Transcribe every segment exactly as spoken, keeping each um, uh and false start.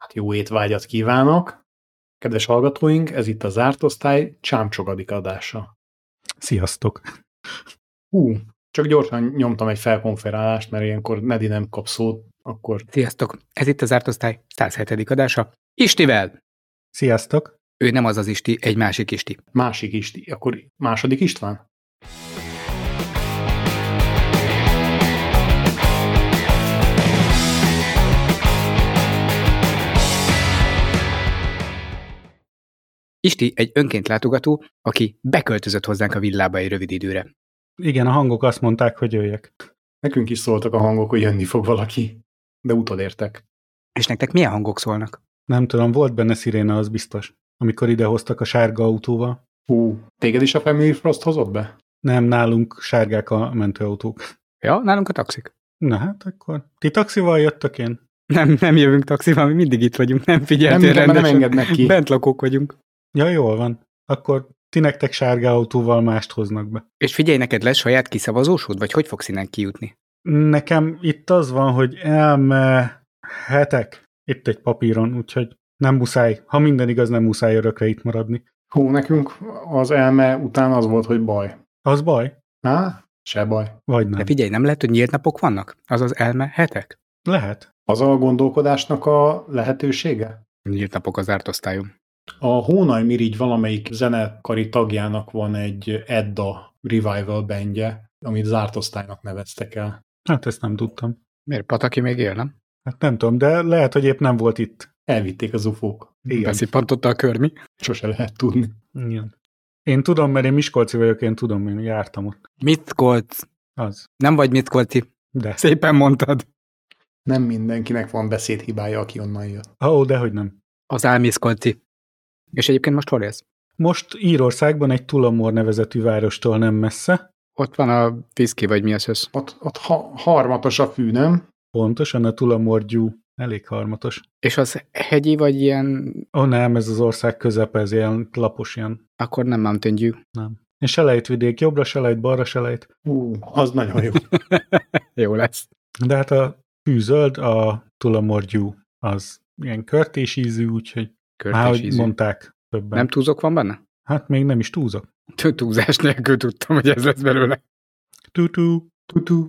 Hát jó étvágyat kívánok! Kedves hallgatóink, ez itt a Zárt Osztály csámcsogadik adása. Sziasztok! Hú, csak gyorsan nyomtam egy felkonferálást, mert ilyenkor Nedi nem kap szót, akkor... Sziasztok! Ez itt a Zárt Osztály száz hetedik adása. Istivel! Sziasztok! Ő nem az az Isti, egy másik Isti. Másik Isti. Akkor második István? Isti egy önként látogató, aki beköltözött hozzánk a villába egy rövid időre. Igen, a hangok azt mondták, hogy jöjjek. Nekünk is szóltak a hangok, hogy jönni fog valaki, de utolértek. És nektek milyen hangok szólnak? Nem tudom, volt benne sziréna, az biztos. Amikor idehoztak a sárga autóval. Hú, téged is a Family Frost hozott be? Nem, nálunk sárgák a mentőautók. Ja, nálunk a taxik. Na hát akkor. Ti taxival jöttök én? Nem, nem jövünk taxival, mi mindig itt vagyunk, nem figyeltél nem, rendesen. Nem engednek ki. Bent lakók vagyunk. Ja, jól van. Akkor ti nektek sárga autóval mást hoznak be. És figyelj, neked lesz saját kiszavazósod, vagy hogy fogsz innen kijutni? Nekem itt az van, hogy elmehetek itt egy papíron, úgyhogy nem muszáj. Ha minden igaz, nem muszáj örökre itt maradni. Hú, nekünk az elme után az volt, hogy baj. Az baj? Há? Se baj. Vagy nem. De figyelj, nem lehet, hogy nyílt napok vannak? Azaz elme hetek? Lehet. Az a gondolkodásnak a lehetősége? Nyílt napok az zárt osztályom. A Hónaj Mirigy valamelyik zenekari tagjának van egy Edda revival bandje, amit zárt osztálynak neveztek el. Hát ezt nem tudtam. Miért? Pataki még él, nem? Hát nem tudom, de lehet, hogy épp nem volt itt. Elvitték az ufók. Igen. Beszippantotta a körmi. Sose lehet tudni. Igen. Én tudom, mert én miskolci vagyok, én tudom, én jártam ott. Miskolc. Az. Nem vagy miskolci. De. Szépen mondtad. Nem mindenkinek van beszédhibája, aki onnan jött. Ó, oh, dehogy nem. Az álmiskolci. És egyébként most hol élsz? Most Írországban egy Tullamore nevezetű várostól nem messze. Ott van a Fiszki, vagy mi az össz? Ott, ott ha, harmatos a fű, nem? Pontosan, a Tullamore Dew. Elég harmatos. És az hegyi, vagy ilyen... Ó, oh, nem, ez az ország közepe, ez ilyen lapos ilyen. Akkor nem Mountain Dew. Nem. És selejtvidék, jobbra selejt, balra selejt. Ú, az nagyon jó. Jó lesz. De hát a fű zöld, a Tullamore Dew az ilyen körtés ízű, úgyhogy már, hogy mondták többen. Nem túzok van benne? Hát még nem is túzok. Túzás nélkül tudtam, hogy ez lesz belőle. Tutú. Tutú.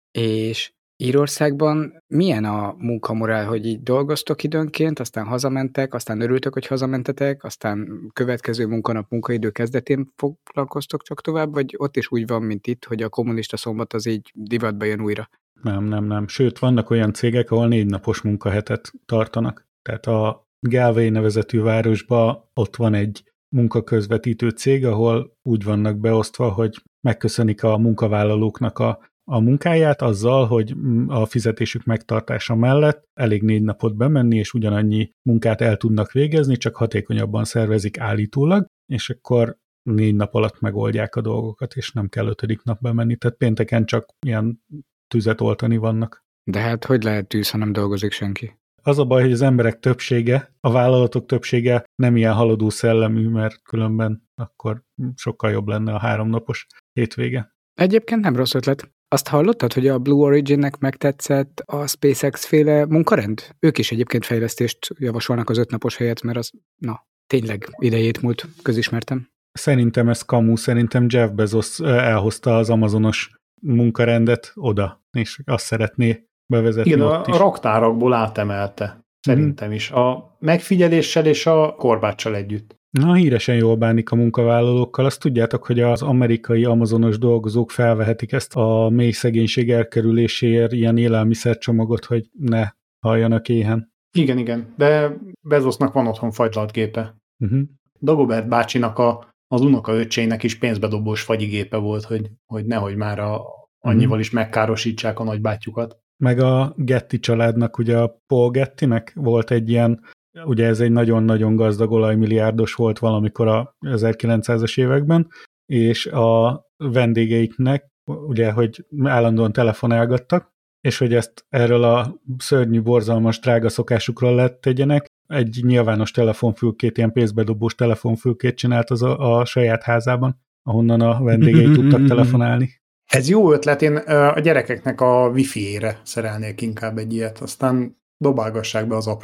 És Írországban milyen a munkamorál, hogy így dolgoztok időnként, aztán hazamentek, aztán örültök, hogy hazamentetek, aztán következő munkanap munkaidő kezdetén foglalkoztok csak tovább, vagy ott is úgy van, mint itt, hogy a kommunista szombat az így divatba jön újra? Nem, nem, nem. Sőt, vannak olyan cégek, ahol négy napos munkahetet tartanak. Tehát a Galway nevezetű városban ott van egy munkaközvetítő cég, ahol úgy vannak beosztva, hogy megköszönik a munkavállalóknak a, a munkáját azzal, hogy a fizetésük megtartása mellett elég négy napot bemenni, és ugyanannyi munkát el tudnak végezni, csak hatékonyabban szervezik állítólag, és akkor négy nap alatt megoldják a dolgokat, és nem kell ötödik nap bemenni. Tehát pénteken csak ilyen tüzet oltani vannak. De hát hogy lehet tűz, ha nem dolgozik senki? Az a baj, hogy az emberek többsége, a vállalatok többsége nem ilyen haladó szellemű, mert különben akkor sokkal jobb lenne a háromnapos hétvége. Egyébként nem rossz ötlet. Azt hallottad, hogy a Blue Originnek megtetszett a SpaceX-féle munkarend? Ők is egyébként fejlesztést javasolnak az ötnapos helyet, mert az, na, tényleg idejét múlt, közismertem. Szerintem ez kamu, szerintem Jeff Bezos elhozta az amazonos munkarendet oda, és azt szeretné bevezetni. Igen, ott a, is. a raktárakból átemelte. Szerintem is. A megfigyeléssel és a korbáccsal együtt. Na, híresen jól bánik a munkavállalókkal. Azt tudjátok, hogy az amerikai amazonos dolgozók felvehetik ezt a mély szegénység elkerüléséért ilyen élelmiszercsomagot, hogy ne halljanak éhen. Igen, igen. De Bezosnak van otthon fagylatgépe. Uh-huh. Dagobert bácsinak a, az unokaöccsének is pénzbedobós fagyigépe volt, hogy, hogy nehogy már a, annyival is megkárosítsák a nagybátyjukat. Meg a Getty családnak, ugye a Paul Gettynek volt egy ilyen, ugye ez egy nagyon-nagyon gazdag olajmilliárdos volt valamikor a ezerkilencszázas években, és a vendégeiknek, ugye, hogy állandóan telefonálgattak, és hogy ezt erről a szörnyű, borzalmas, drága szokásukról lett tegyenek, egy nyilvános telefonfülkét, ilyen pénzbedobós telefonfülkét csinált az a, a saját házában, ahonnan a vendégei tudtak telefonálni. Ez jó ötlet, én a gyerekeknek a wifi-ére szerelnék inkább egy ilyet, aztán dobálgassák be az aprót.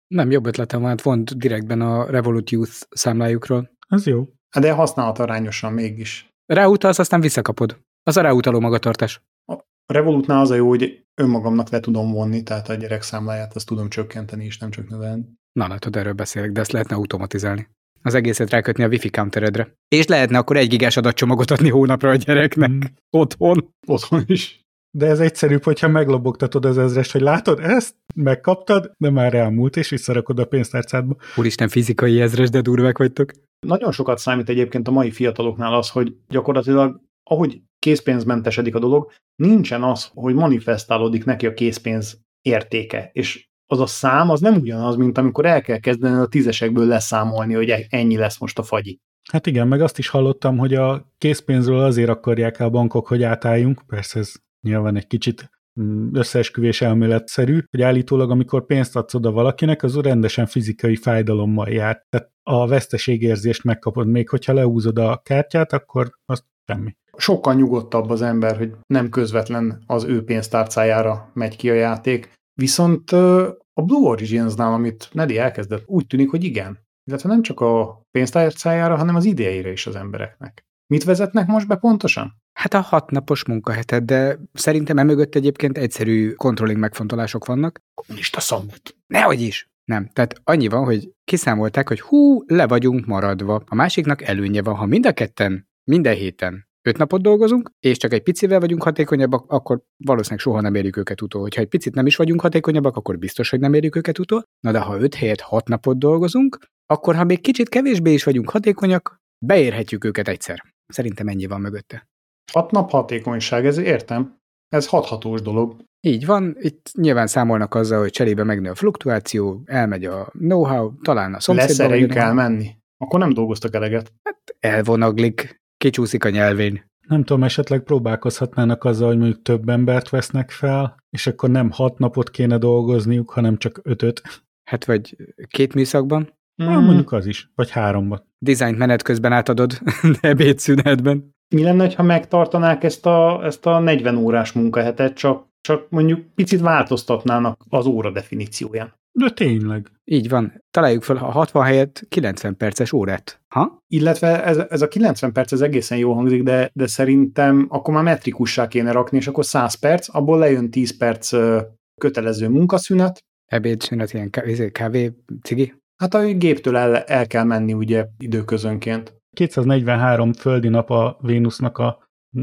Nem, jobb ötletem van, vont direktben a Revolut Youth számlájukról. Ez jó. De használatarányosan mégis. Ráutalsz, aztán visszakapod. Az a ráutaló magatartás. A Revolutnál az a jó, hogy önmagamnak le tudom vonni, tehát a gyerek számláját azt tudom csökkenteni, és nem csak növelni. Na, látod, erről beszélek, de ezt lehetne automatizálni. Az egészet rákötni a wifi counteredre. És lehetne akkor egy gigás adatcsomagot adni hónapra a gyereknek. Mm. Otthon. Otthon is. De ez egyszerűbb, hogyha meglobogtatod az ezrest, hogy látod, ezt megkaptad, de már elmúlt, és visszarakod a pénztárcádba. Úristen, fizikai ezres, de durvák vagytok. Nagyon sokat számít egyébként a mai fiataloknál az, hogy gyakorlatilag, ahogy készpénzmentesedik a dolog, nincsen az, hogy manifestálódik neki a készpénz értéke. És az a szám az nem ugyanaz, mint amikor el kell kezdeni a tízesekből leszámolni, hogy ennyi lesz most a fagyi. Hát igen, meg azt is hallottam, hogy a készpénzről azért akarják el a bankok, hogy átálljunk, persze ez nyilván egy kicsit összeesküvés elméletszerű, hogy állítólag amikor pénzt adsz oda valakinek, az rendesen fizikai fájdalommal jár. Tehát a veszteségérzést megkapod, még hogyha leúzod a kártyát, akkor az semmi. Sokkal nyugodtabb az ember, hogy nem közvetlen az ő pénztárcájára megy ki a játék. Viszont a Blue Origins-nál, amit Nedi elkezdett, úgy tűnik, hogy igen. Illetve nem csak a pénztárcájára, hanem az idejére is az embereknek. Mit vezetnek most be pontosan? Hát a hat napos munkahetet, de szerintem emögött egyébként egyszerű controlling megfontolások vannak. Kommunista szamut. Nehogy is. Nem. Tehát annyi van, hogy kiszámolták, hogy hú, le vagyunk maradva. A másiknak előnye van, ha mind a ketten, minden héten öt napot dolgozunk, és csak egy picivel vagyunk hatékonyabbak, akkor valószínűleg soha nem érjük őket utol. Hogyha egy picit nem is vagyunk hatékonyabbak, akkor biztos, hogy nem érjük őket utol. Na de ha öt helyett hat napot dolgozunk, akkor ha még kicsit kevésbé is vagyunk hatékonyak, beérhetjük őket egyszer. Szerintem ennyi van mögötte. Hat nap hatékonyság, ez értem. Ez hathatós dolog. Így van, itt nyilván számolnak azzal, hogy cserébe megnő a fluktuáció, elmegy a know-how, talán a szomszédba. Leszereljük elmenni. Akkor nem dolgoztak eleget. Hát elvonaglik, kicsúszik a nyelvén. Nem tudom, esetleg próbálkozhatnának azzal, hogy mondjuk több embert vesznek fel, és akkor nem hat napot kéne dolgozniuk, hanem csak ötöt. Hát vagy két műszakban. Mm. Ah, mondjuk az is, vagy háromban. Dizájnt menet közben átadod, de ebédszünetben. Mi lenne, ha megtartanák ezt a, ezt a negyven órás munkahetet, csak, csak mondjuk picit változtatnának az óra definícióján? De tényleg. Így van. Találjuk fel a hatvan helyett kilencven perces órát. Ha? Illetve ez, ez a kilencven perc ez egészen jól hangzik, de, de szerintem akkor már metrikussá kéne rakni, és akkor száz perc, abból lejön tíz perc kötelező munkaszünet. Ebédszünet, ilyen kávé, kávé cigi? Hát a géptől el, el kell menni ugye időközönként. kétszáznegyvenhárom földi nap a Vénusznak a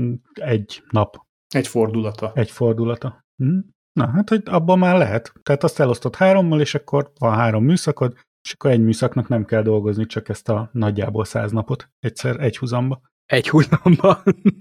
egy nap. Egy fordulata. Egy fordulata. Hm? Na, hát, hogy abban már lehet. Tehát azt elosztott hárommal, és akkor van három műszakod, és akkor egy műszaknak nem kell dolgozni, csak ezt a nagyjából száz napot. Egyszer egy húzamba. Egy húzamba.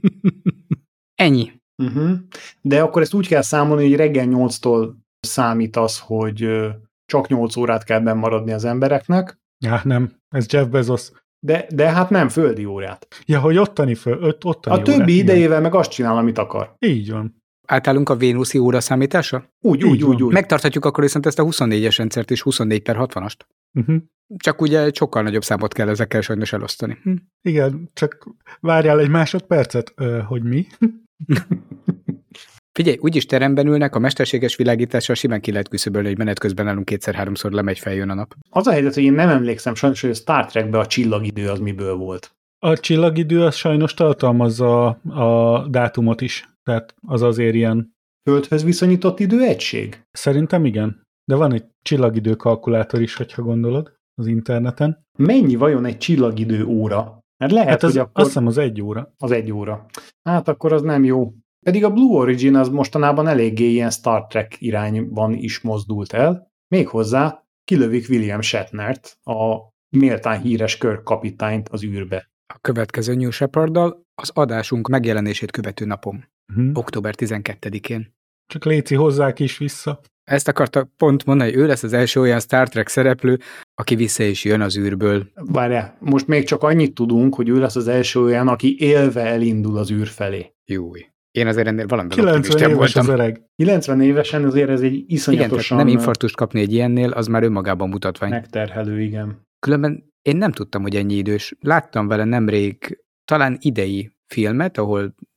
Ennyi. Uh-huh. De akkor ezt úgy kell számolni, hogy reggel nyolctól számít az, hogy csak nyolc órát kell benn maradni az embereknek. Ja, nem. Ez Jeff Bezos. De, de hát nem földi órát. Ja, hogy ottani föl, öt, ottani A többi órát, idejével igen. Meg azt csinál, amit akar. Így van. Átállunk a vénuszi óra számításra? Úgy, úgy, úgy, úgy. Megtarthatjuk akkor viszont ezt a huszonnégyes rendszert is, huszonnégy per hatvanast. Uh-huh. Csak ugye sokkal nagyobb számot kell ezekkel sajnos elosztani. Hm. Igen, csak várjál egy másodpercet, Ö, hogy mi? Figyelj, úgyis teremben ülnek, a mesterséges világítással simán ki lehet küszöbölni, hogy menet közben állunk kétszer-háromszor lemegy, feljön a nap. Az a helyzet, hogy én nem emlékszem sajnos, hogy a Star Trekben a csillagidő az miből volt. A csillagidő az sajnos tartalmazza a dátumot is, tehát az azért ilyen... Földhöz viszonyított időegység? Szerintem igen, de van egy csillagidő kalkulátor is, hogyha gondolod, az interneten. Mennyi vajon egy csillagidő óra? Mert lehet, hát az, hogy akkor... azt hiszem az egy óra. Az egy óra. Hát akkor az nem jó. Pedig a Blue Origin az mostanában eléggé ilyen Star Trek irányban is mozdult el. Méghozzá kilövik William Shatnert, a méltán híres Kirk kapitányt az űrbe. A következő New Sheparddal az adásunk megjelenését követő napon. Uh-huh. október tizenkettedikén. Csak léci hozzák is vissza. Ezt akarta pont mondani, hogy ő lesz az első olyan Star Trek szereplő, aki vissza is jön az űrből. Várjál, most még csak annyit tudunk, hogy ő lesz az első olyan, aki élve elindul az űr felé. Júj. Én azért ennél valamivel kilencven éves voltam. Az öreg. kilencven évesen azért ez egy iszonyatosan... Igen, nem infarktust kapni egy ilyennél, az már önmagában mutatvány. Megterhelő, igen. Különben én nem tudtam, hogy ennyi idős. Láttam vele nemrég talán idei filmet, ahol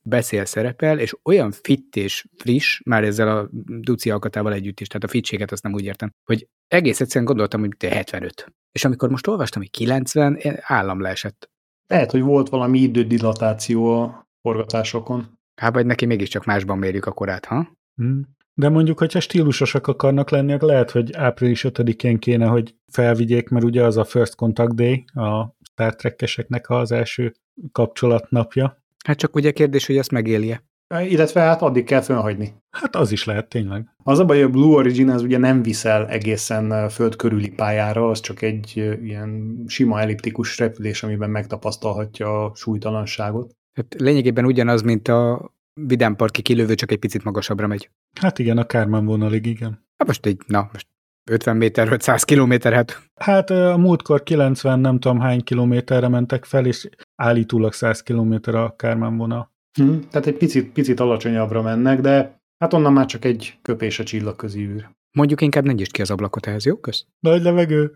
beszél, szerepel, és olyan fit és friss, már ezzel a duci alkatával együtt is, tehát a fitséget azt nem úgy értem, hogy egész egyszerűen gondoltam, hogy te hetvenöt. És amikor most olvastam, hogy kilencven, állam leesett. Lehet, hogy volt valami idődilatáció a forgatásokon. Hát vagy neki mégiscsak másban mérjük a korát, ha? Hmm. De mondjuk, hogyha stílusosak akarnak lenni, lehet, hogy április ötödikén kéne, hogy felvigyék, mert ugye az a First Contact Day, a Star Trek-eseknek az első kapcsolatnapja. Hát csak ugye kérdés, hogy ezt megélje. Illetve hát addig kell fölhagyni. Hát az is lehet, tényleg. Az a baj, hogy a Blue Origin az ugye nem viszel egészen föld körüli pályára, az csak egy ilyen sima elliptikus repülés, amiben megtapasztalhatja a súlytalanságot. Hát lényegében ugyanaz, mint a vidámparki kilövő, csak egy picit magasabbra megy. Hát igen, a Kármán vonalig, igen. Hát most így, na, most ötven méter, ötszáz kilométer, hát. Hát a múltkor kilencven nem tudom hány kilométerre mentek fel, és állítólag száz kilométer a Kármán vonal. Hmm, tehát egy picit, picit alacsonyabbra mennek, de hát onnan már csak egy köpés a csillagközi űr. Mondjuk inkább ne nyisd ki az ablakot ehhez, jó? Kösz? Nagy levegő.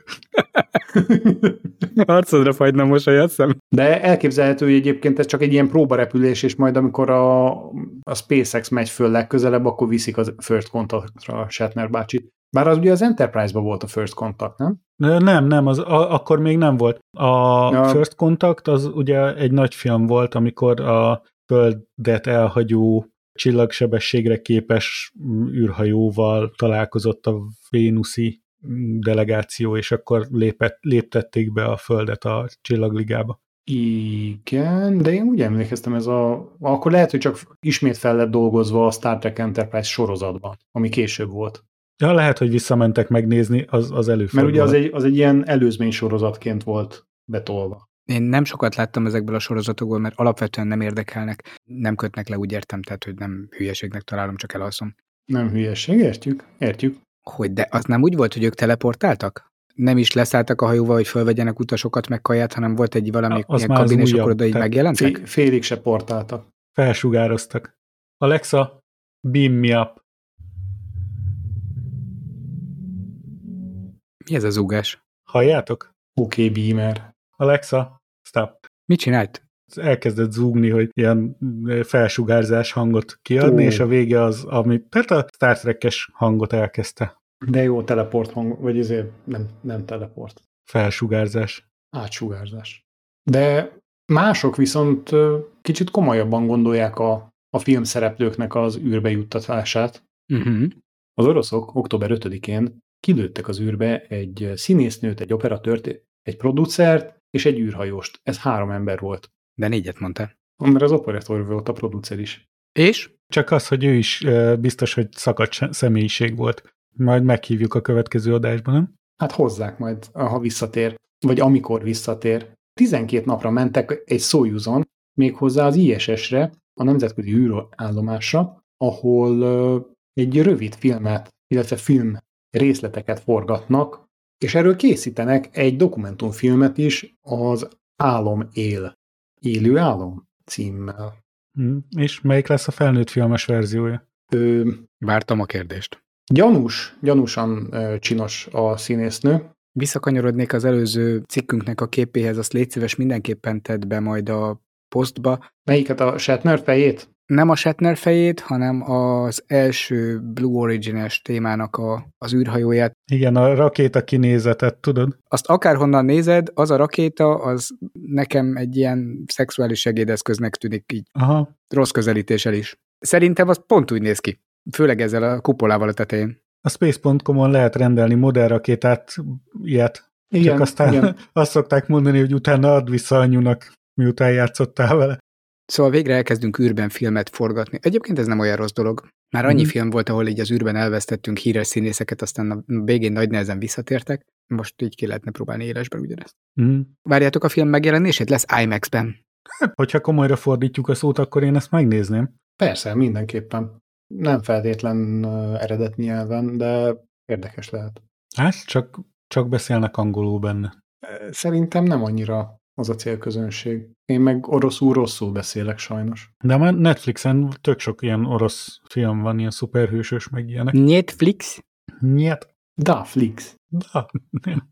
Arcodra fagyna mosoly, azt hiszem. De elképzelhető, hogy egyébként ez csak egy ilyen próbarepülés, és majd amikor a, a SpaceX megy föl legközelebb, akkor viszik a First Contactra a Shatner bácsit. Bár az ugye az Enterprise-ban volt a First Contact, nem? Nem, nem, az, a, akkor még nem volt. A ja. First Contact az ugye egy nagy film volt, amikor a Földet elhagyó csillagsebességre képes űrhajóval találkozott a vénuszi delegáció, és akkor lépett, léptették be a Földet a Csillagligába. Igen, de én úgy emlékeztem, ez a... Akkor lehet, hogy csak ismét fel lett dolgozva a Star Trek Enterprise sorozatban, ami később volt. Ja, lehet, hogy visszamentek megnézni, az, az előfordul. Mert ugye az egy, az egy ilyen előzmény sorozatként volt betolva. Én nem sokat láttam ezekből a sorozatokból, mert alapvetően nem érdekelnek, nem kötnek le, úgy értem, tehát, hogy nem hülyeségnek találom, csak elalszom. Nem hülyeség, értjük, értjük. Hogy, de az nem úgy volt, hogy ők teleportáltak? Nem is leszálltak a hajóval, hogy fölvegyenek utasokat meg kaját, hanem volt egy valami az ilyen kabin, és akkor oda így tehát megjelentek? Fél, félig se portáltak. Felsugároztak. Alexa, beam me up. Mi ez az zúgás? Halljátok? Oké, okay, beamer. Alexa, stop. Mit csinált? Elkezdett zúgni, hogy ilyen felsugárzás hangot kiadni, oh. és a vége az, ami, tehát a Star Trek-es hangot elkezdte. De jó, teleport hang, vagy ezért nem, nem teleport. Felsugárzás. Átsugárzás. De mások viszont kicsit komolyabban gondolják a, a filmszereplőknek az űrbe juttatását. Uh-huh. Az oroszok október ötödikén kilőttek az űrbe egy színésznőt, egy operatőrt, egy producert és egy űrhajóst. Ez három ember volt. De négyet mondtál. Mert az operatőr volt, a producer is. És? Csak az, hogy ő is biztos, hogy szakadt személyiség volt. Majd meghívjuk a következő adásban, nem? Hát hozzák majd, ha visszatér. Vagy amikor visszatér. tizenkét napra mentek egy Soyuzon, méghozzá az I S S-re, a Nemzetközi űrállomásra, ahol egy rövid filmet, illetve film részleteket forgatnak, és erről készítenek egy dokumentumfilmet is, az Álom él. Élő álom címmel. Mm, és melyik lesz a felnőtt filmes verziója? Ö, Vártam a kérdést. Gyanús, gyanúsan ö, csinos a színésznő. Visszakanyarodnék az előző cikkünknek a képéhez, azt légy szíves, mindenképpen tedd be majd a posztba. Melyiket, a Shatner fejét? Nem a Shatner fejét, hanem az első Blue Origin-es témának a, az űrhajóját. Igen, a rakéta kinézetet, tudod? Azt akárhonnan nézed, az a rakéta, az nekem egy ilyen szexuális segédeszköznek tűnik így. Aha. Rossz közelítéssel is. Szerintem az pont úgy néz ki. Főleg ezzel a kupolával a tetején. A space pont com-on lehet rendelni modern rakétát, ilyet. Igen, Csak aztán igen. azt szokták mondani, hogy utána add vissza anyunak, miután játszottál vele. Szóval végre elkezdünk űrben filmet forgatni. Egyébként ez nem olyan rossz dolog. Már annyi mm. film volt, ahol így az űrben elvesztettünk híres színészeket, aztán a végén nagy nehezen visszatértek. Most így ki lehetne próbálni élesben ugyanezt. Mm. Várjátok a film megjelenését? Lesz IMAX-ben. Hát, hogyha komolyra fordítjuk a szót, akkor én ezt megnézném. Persze, mindenképpen. Nem feltétlen uh, eredet nyelven, de érdekes lehet. Hát, csak, csak beszélnek angolul benne. Szerintem nem annyira az a célközönség. Én meg oroszul rosszul beszélek sajnos. De már Netflixen tök sok ilyen orosz film van, ilyen szuperhősös, meg ilyenek. Netflix? Nyet. Da, Flix. Da.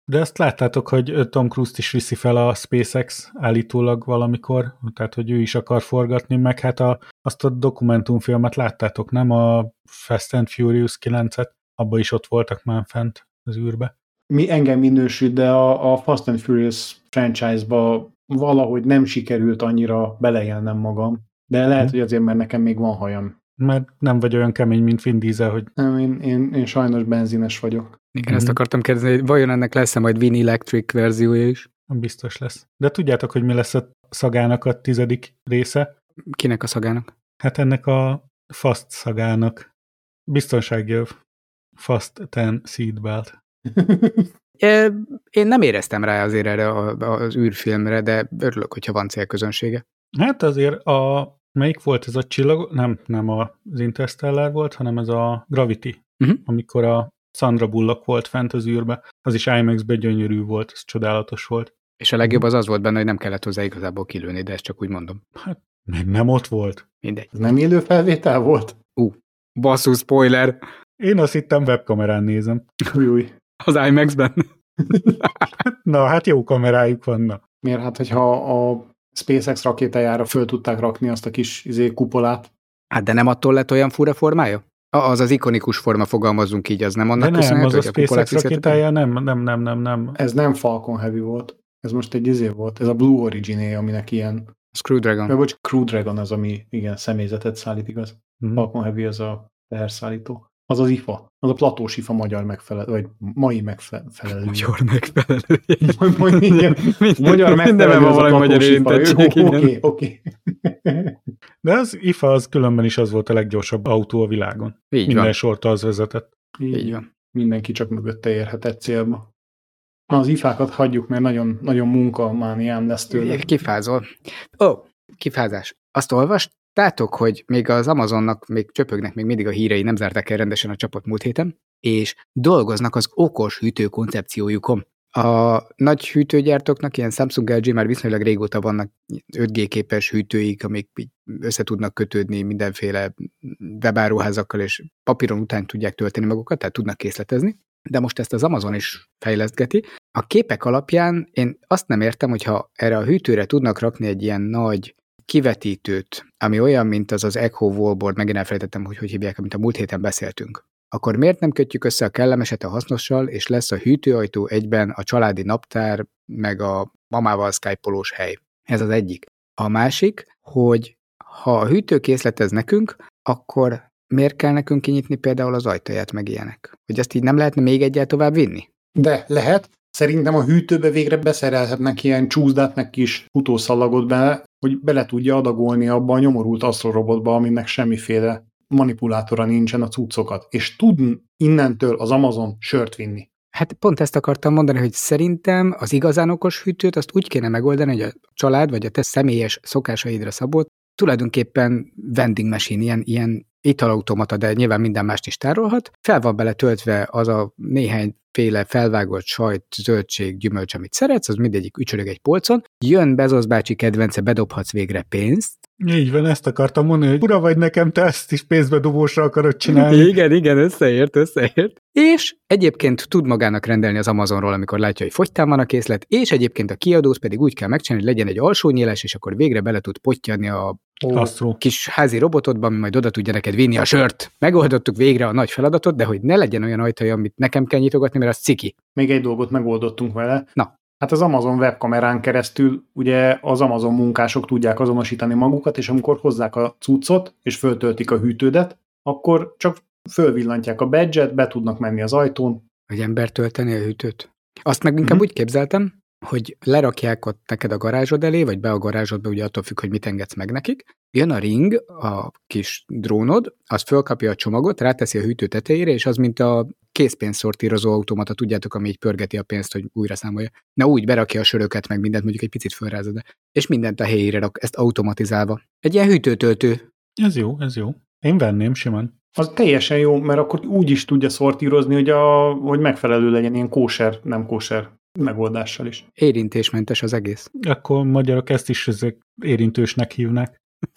De ezt láttátok, hogy Tom Cruise-t is viszi fel a SpaceX állítólag valamikor, tehát hogy ő is akar forgatni, meg hát a, azt a dokumentumfilmet láttátok, nem? A Fast and Furious kilencet, abban is ott voltak már fent az űrbe. Mi engem minősít, de a, a Fast and Furious franchise-ba valahogy nem sikerült annyira belejelnem magam, de lehet, hmm. hogy azért, mert nekem még van hajam. Mert nem vagy olyan kemény, mint Vin Diesel, hogy... Nem, én, én, én sajnos benzines vagyok. Igen, mm-hmm. ezt akartam kérdezni, hogy vajon ennek lesz-e majd Vin Electric verziója is? Biztos lesz. De tudjátok, hogy mi lesz a szagának a tizedik része? Kinek a szagának? Hát ennek a Fast szagának. Biztonságjöv. Fast ten seatbelt. Én nem éreztem rá azért erre az űrfilmre, de örülök, hogyha van célközönsége. Hát azért a... Melyik volt ez a csillag? Nem, nem az Interstellar volt, hanem ez a Gravity, uh-huh. amikor a Sandra Bullock volt fent az űrbe. Az is IMAX-be gyönyörű volt, ez csodálatos volt. És a legjobb az az volt benne, hogy nem kellett hozzá igazából kilőni, de ezt csak úgy mondom. Hát, még nem ott volt. Mindegy. Ez nem élő felvétel volt? Ú, uh, basszus, spoiler! Én azt hittem webkamerán nézem. Új, új. Az IMAX-ben? Na, hát jó kamerájuk vannak. Miért? Hát, hogyha a SpaceX rakétájára föl tudták rakni azt a kis izé, kupolát. Hát de nem attól lett olyan fura formája? Az az ikonikus forma, fogalmazzunk így, az nem annak köszönhető, hogy a SpaceX kupolát rakétája nem, nem, nem, nem, nem. Ez nem Falcon Heavy volt. Ez most egy izé volt. Ez a Blue Origin, aminek ilyen... Crew Dragon. Vagy bocs, Crew Dragon az, ami igen, személyzetet szállít, igaz? Hmm. Falcon Heavy az a teherszállító. Az az i ef á. Az a platós i ef á magyar megfelelő, vagy mai megfelelő. Magyar megfelelő. Majd, igen, magyar megfelelő az a platós i ef á. Oké, oké. De az i ef á az különben is az volt a leggyorsabb autó a világon. Így Minden van. sorta az vezetett. Így, Így van. Mindenki csak mögötte érhetett célba. Na, az i ef á-kat hagyjuk, mert nagyon, nagyon munkamániám lesz tőle. Kifázol. Ó, oh, kifázás. Azt olvastátok, hogy még az Amazonnak még csöpögnek még mindig a hírei, nem zárták el rendesen a csapot múlt héten, és dolgoznak az okos hűtő koncepciójukon. A nagy hűtőgyártóknak, ilyen Samsung, el gé már viszonylag régóta vannak öt gé képes hűtőik, amik össze tudnak kötődni mindenféle webáruházakkal, és papíron után tudják tölteni magukat, tehát tudnak készletezni. De most ezt az Amazon is fejlesztgeti. A képek alapján én azt nem értem, hogyha erre a hűtőre tudnak rakni egy ilyen nagy kivetítőt, ami olyan, mint az az Echo Wallboard, megint elfelejtettem, hogy hogy hívják, amit a múlt héten beszéltünk. Akkor miért nem kötjük össze a kellemeset a hasznossal, és lesz a hűtőajtó egyben a családi naptár, meg a mamával skype-olós hely? Ez az egyik. A másik, hogy ha a hűtő készletez nekünk, akkor miért kell nekünk kinyitni például az ajtaját, meg ilyenek? Hogy ezt így nem lehetne még egyel tovább vinni? De lehet. Szerintem a hűtőbe végre beszerelhetnek ilyen csúszdát, meg kis futószalagot bele, hogy bele tudja adagolni abba a nyomorult asztrorobotba, aminek semmiféle manipulátora nincsen a cuccokat. És tud innentől az Amazon sört vinni. Hát pont ezt akartam mondani, hogy szerintem az igazán okos hűtőt azt úgy kéne megoldani, hogy a család vagy a te személyes szokásaidra szabott tulajdonképpen vending machine, ilyen, ilyen italautomata, de nyilván minden mást is tárolhat. Fel van bele töltve az a néhányféle felvágott sajt, zöldség, gyümölcs, amit szeretsz, az mindegyik ücsörög egy polcon. Jön Bezos bácsi kedvence, bedobhatsz végre pénzt. Így van, ezt akartam mondani, hogy ura vagy nekem, te ezt is pénzbe dobósra akarod csinálni. Igen, igen, összeért, összeért. És egyébként tud magának rendelni az Amazonról, amikor látja, hogy fogytán van a készlet, és egyébként a kiadót pedig úgy kell megcsinálni, hogy legyen egy alsó nyílás, és akkor végre bele tud pottyadni a Astro. kis házi robotodba, ami majd oda tudja neked vinni a sört. Megoldottuk végre a nagy feladatot, de hogy ne legyen olyan ajtaja, amit nekem kell nyitogatni, mert az ciki. Még egy dolgot megoldottunk vele. Na. Hát az Amazon webkamerán keresztül ugye az Amazon munkások tudják azonosítani magukat, és amikor hozzák a cuccot, és föltöltik a hűtődet, akkor csak fölvillantják a badge-et, be tudnak menni az ajtón. Hogy ember tölteni a hűtőt? Azt meg inkább mm. úgy képzeltem, hogy lerakják ott neked a garázsod elé, vagy be a garázsodba, ugye attól függ, hogy mit engedsz meg nekik. Jön a ring, a kis drónod, az fölkapja a csomagot, ráteszi a hűtő tetejére, és az, mint a készpénzszortírozó automata, tudjátok, ami így pörgeti a pénzt, hogy újra számolja. Na úgy berakja a söröket, meg mindent, mondjuk egy picit fölrázod, de és mindent a helyére rak, ezt automatizálva. Egy ilyen hűtőtöltő. Ez jó, ez jó. Én venném simán. Az teljesen jó, mert akkor úgy is tudja szortírozni, hogy, a, hogy megfelelő legyen ilyen kóser, nem kóser megoldással is. Érintésmentes az egész. Akkor magyarok ezt is ezek érintősnek hívnak.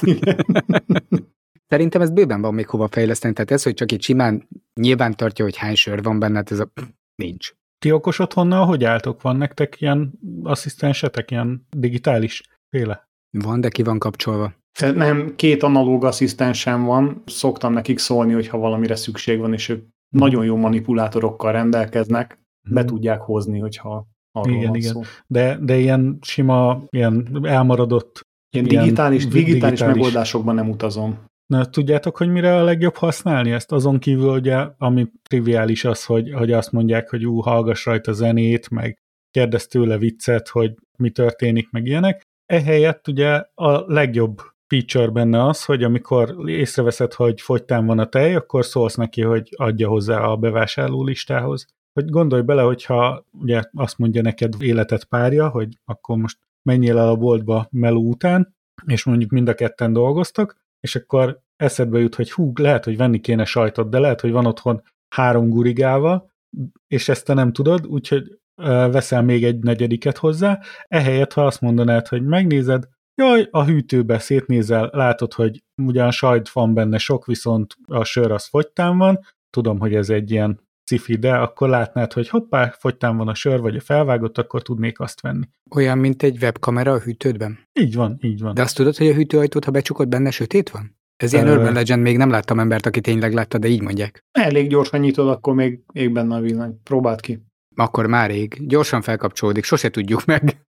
Szerintem ez bőven van még hova fejleszteni, tehát ez, hogy csak egy simán nyilván tartja, hogy hány sör van benne, ez a... nincs. Ti okos otthonnal hogy álltok? Van nektek ilyen asszisztensetek, ilyen digitális féle? Van, de ki van kapcsolva. Tehát nem, két analóg asszisztensem van, szoktam nekik szólni, hogyha valamire szükség van, és ők nagyon jó manipulátorokkal rendelkeznek, be Hmm. tudják hozni, hogyha arról Igen, van igen. szó. De, de ilyen sima, ilyen elmaradott. Ilyen Ilyen digitális, digitális, digitális. megoldásokban nem utazom. Na, tudjátok, hogy mire a legjobb használni ezt? Azon kívül, ugye, ami triviális az, hogy, hogy azt mondják, hogy ú, hallgass rajta zenét, meg kérdezz tőle viccet, hogy mi történik, meg ilyenek. Ehelyett ugye a legjobb feature benne az, hogy amikor észreveszed, hogy fogytán van a tej, akkor szólsz neki, hogy adja hozzá a bevásárló listához. Hogy gondolj bele, hogyha ugye azt mondja neked életed párja, hogy akkor most menjél el a boltba meló után, és mondjuk mind a ketten dolgoztak, és akkor eszedbe jut, hogy hú, lehet, hogy venni kéne sajtot, de lehet, hogy van otthon három gurigával, és ezt te nem tudod, úgyhogy veszel még egy negyediket hozzá, ehelyett, ha azt mondanád, hogy megnézed, jaj, a hűtőbe szétnézel, látod, hogy ugyan sajt van benne sok, viszont a sör az fogytán van, tudom, hogy ez egy ilyen cifi, de akkor látnád, hogy hoppá, fogytán van a sör, vagy a felvágott, akkor tudnék azt venni. Olyan, mint egy webkamera a hűtődben? Így van, így van. De azt tudod, hogy a hűtőajtót, ha becsukod, benne sötét van? Ez ilyen Ö... Urban Legend, még nem láttam embert, aki tényleg látta, de így mondják. Elég gyorsan nyitod, akkor még ég benne a villany. Próbáld ki. Akkor már ég. Gyorsan felkapcsolódik, sose tudjuk meg.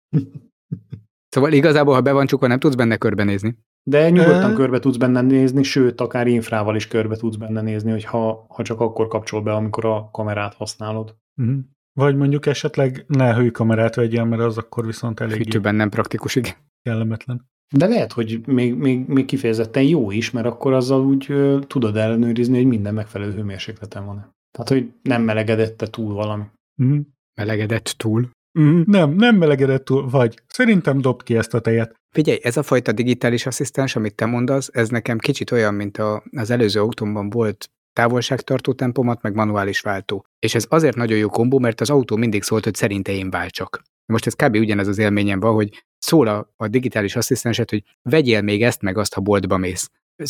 Szóval igazából, ha be van csukva, nem tudsz benne körbenézni. De nyugodtan Ö... körbe tudsz benne nézni, sőt, akár infrával is körbe tudsz benne nézni, hogyha, ha csak akkor kapcsol be, amikor a kamerát használod. Uh-huh. Vagy mondjuk esetleg ne hőkamerát vegyél, mert az akkor viszont elég Hűtőben nem praktikus, igen. kellemetlen. De lehet, hogy még, még, még kifejezetten jó is, mert akkor azzal úgy ö, tudod ellenőrizni, hogy minden megfelelő hőmérsékleten van. Tehát, hogy nem melegedette túl valami. Uh-huh. Melegedett túl. Uh-huh. Nem, nem melegedett túl, vagy szerintem dobd ki ezt a tejet. Figyelj, ez a fajta digitális asszisztens, amit te mondasz, ez nekem kicsit olyan, mint a, az előző autómban volt távolságtartó tempomat, meg manuális váltó. És ez azért nagyon jó kombó, mert az autó mindig szólt, hogy szerinte én váltsak. Most ez kb. Ugyanez az élményem van, hogy szól a, a digitális asszisztenset, hogy vegyél még ezt, meg azt, ha boltba mész.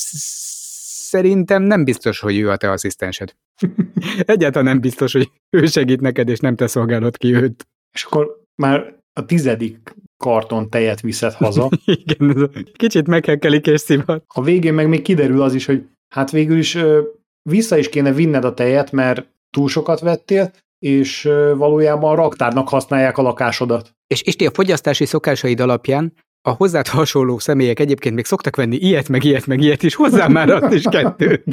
Szerintem nem biztos, hogy ő a te asszisztensed. Egyáltalán nem biztos, hogy ő segít neked, és nem te szolgálod ki őt. És akkor már a tizedik karton tejet viszed haza. Igen, ez a kicsit meghekkelik és szivat. A végén meg még kiderül az is, hogy hát végül is ö, vissza is kéne vinned a tejet, mert túl sokat vettél, és ö, valójában a raktárnak használják a lakásodat. És Isti, a fogyasztási szokásaid alapján a hozzád hasonló személyek egyébként még szoktak venni ilyet, meg ilyet, meg ilyet is, hozzá már azt is kettőt.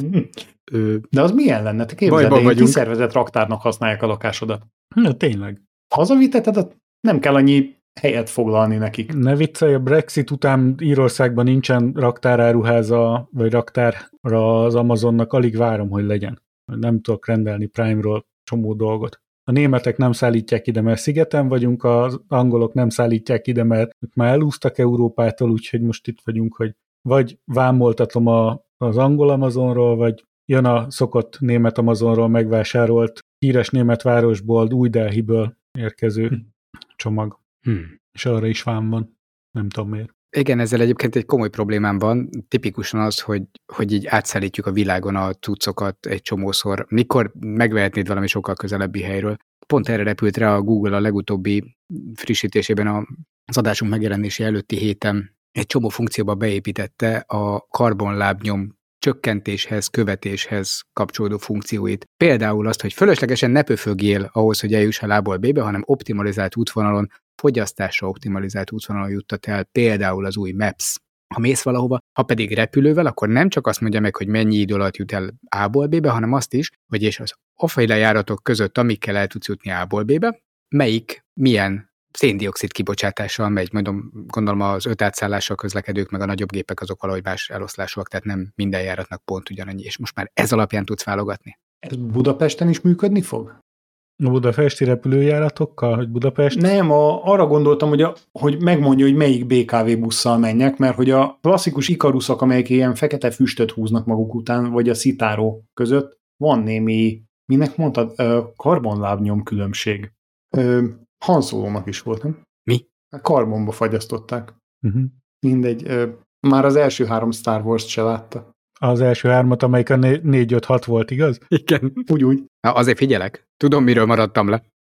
De az milyen lenne? Te képzeld, Bajban egy vagyunk. kiszervezett raktárnak használják a lakásodat. Na, tényleg. Hazaviteted, nem kell annyi helyet foglalni nekik. Ne viccelj, a Brexit után Írországban nincsen raktáráruháza, vagy raktárra az Amazonnak, alig várom, hogy legyen. Nem tudok rendelni Prime-ról csomó dolgot. A németek nem szállítják ide, mert szigeten vagyunk, az angolok nem szállítják ide, mert már elúsztak Európától, úgyhogy most itt vagyunk, hogy vagy vámoltatom a, az angol Amazonról, vagy jön a szokott német Amazonról megvásárolt híres német városból, Új Delhiből érkező hm. csomag. Hmm. És arra is vám van. Nem tudom miért. Igen, ezzel egyébként egy komoly problémám van. Tipikusan az, hogy, hogy így átszállítjuk a világon a cuccokat egy csomószor. Mikor megvehetnéd valami sokkal közelebbi helyről? Pont erre repült rá a Google a legutóbbi frissítésében az adásunk megjelenése előtti héten. Egy csomó funkcióba beépítette a karbonlábnyom csökkentéshez, követéshez kapcsolódó funkcióit. Például azt, hogy fölöslegesen ne pöfögjél ahhoz, hogy eljuss a A-ból B-be, hanem optimalizált útvonalon, fogyasztásra optimalizált útvonalon juttat el, például az új Maps. Ha mész valahova, ha pedig repülővel, akkor nem csak azt mondja meg, hogy mennyi idő alatt jut el A-ból B-be, hanem azt is, hogy és az aféle járatok között, amikkel el tudsz jutni A-ból B-be, melyik milyen széndioxid kibocsátással megy, mondom, gondolom az öt átszállással közlekedők, meg a nagyobb gépek azok valahogy más eloszlásúak, tehát nem minden járatnak pont ugyanannyi, és most már ez alapján tudsz válogatni. Ez Budapesten is működni fog? A budapesti repülőjáratokkal, hogy Budapest? Nem, a, arra gondoltam, hogy, a, hogy megmondja, hogy melyik bé ká vé busszal menjek, mert hogy a klasszikus Ikaruszok, amelyek ilyen fekete füstöt húznak maguk után, vagy a Citaro között van némi, minek mondtad, karbonlábnyom különbség. Han Solo-nak is volt, nem? Mi? Karbonba fagyasztották. Uh-huh. Mindegy, ö, már az első három Star Wars-t se látta. Az első hármat, amelyik a négy öt hat volt, igaz? Igen. Úgy, úgy. Na, azért figyelek. Tudom, miről maradtam le.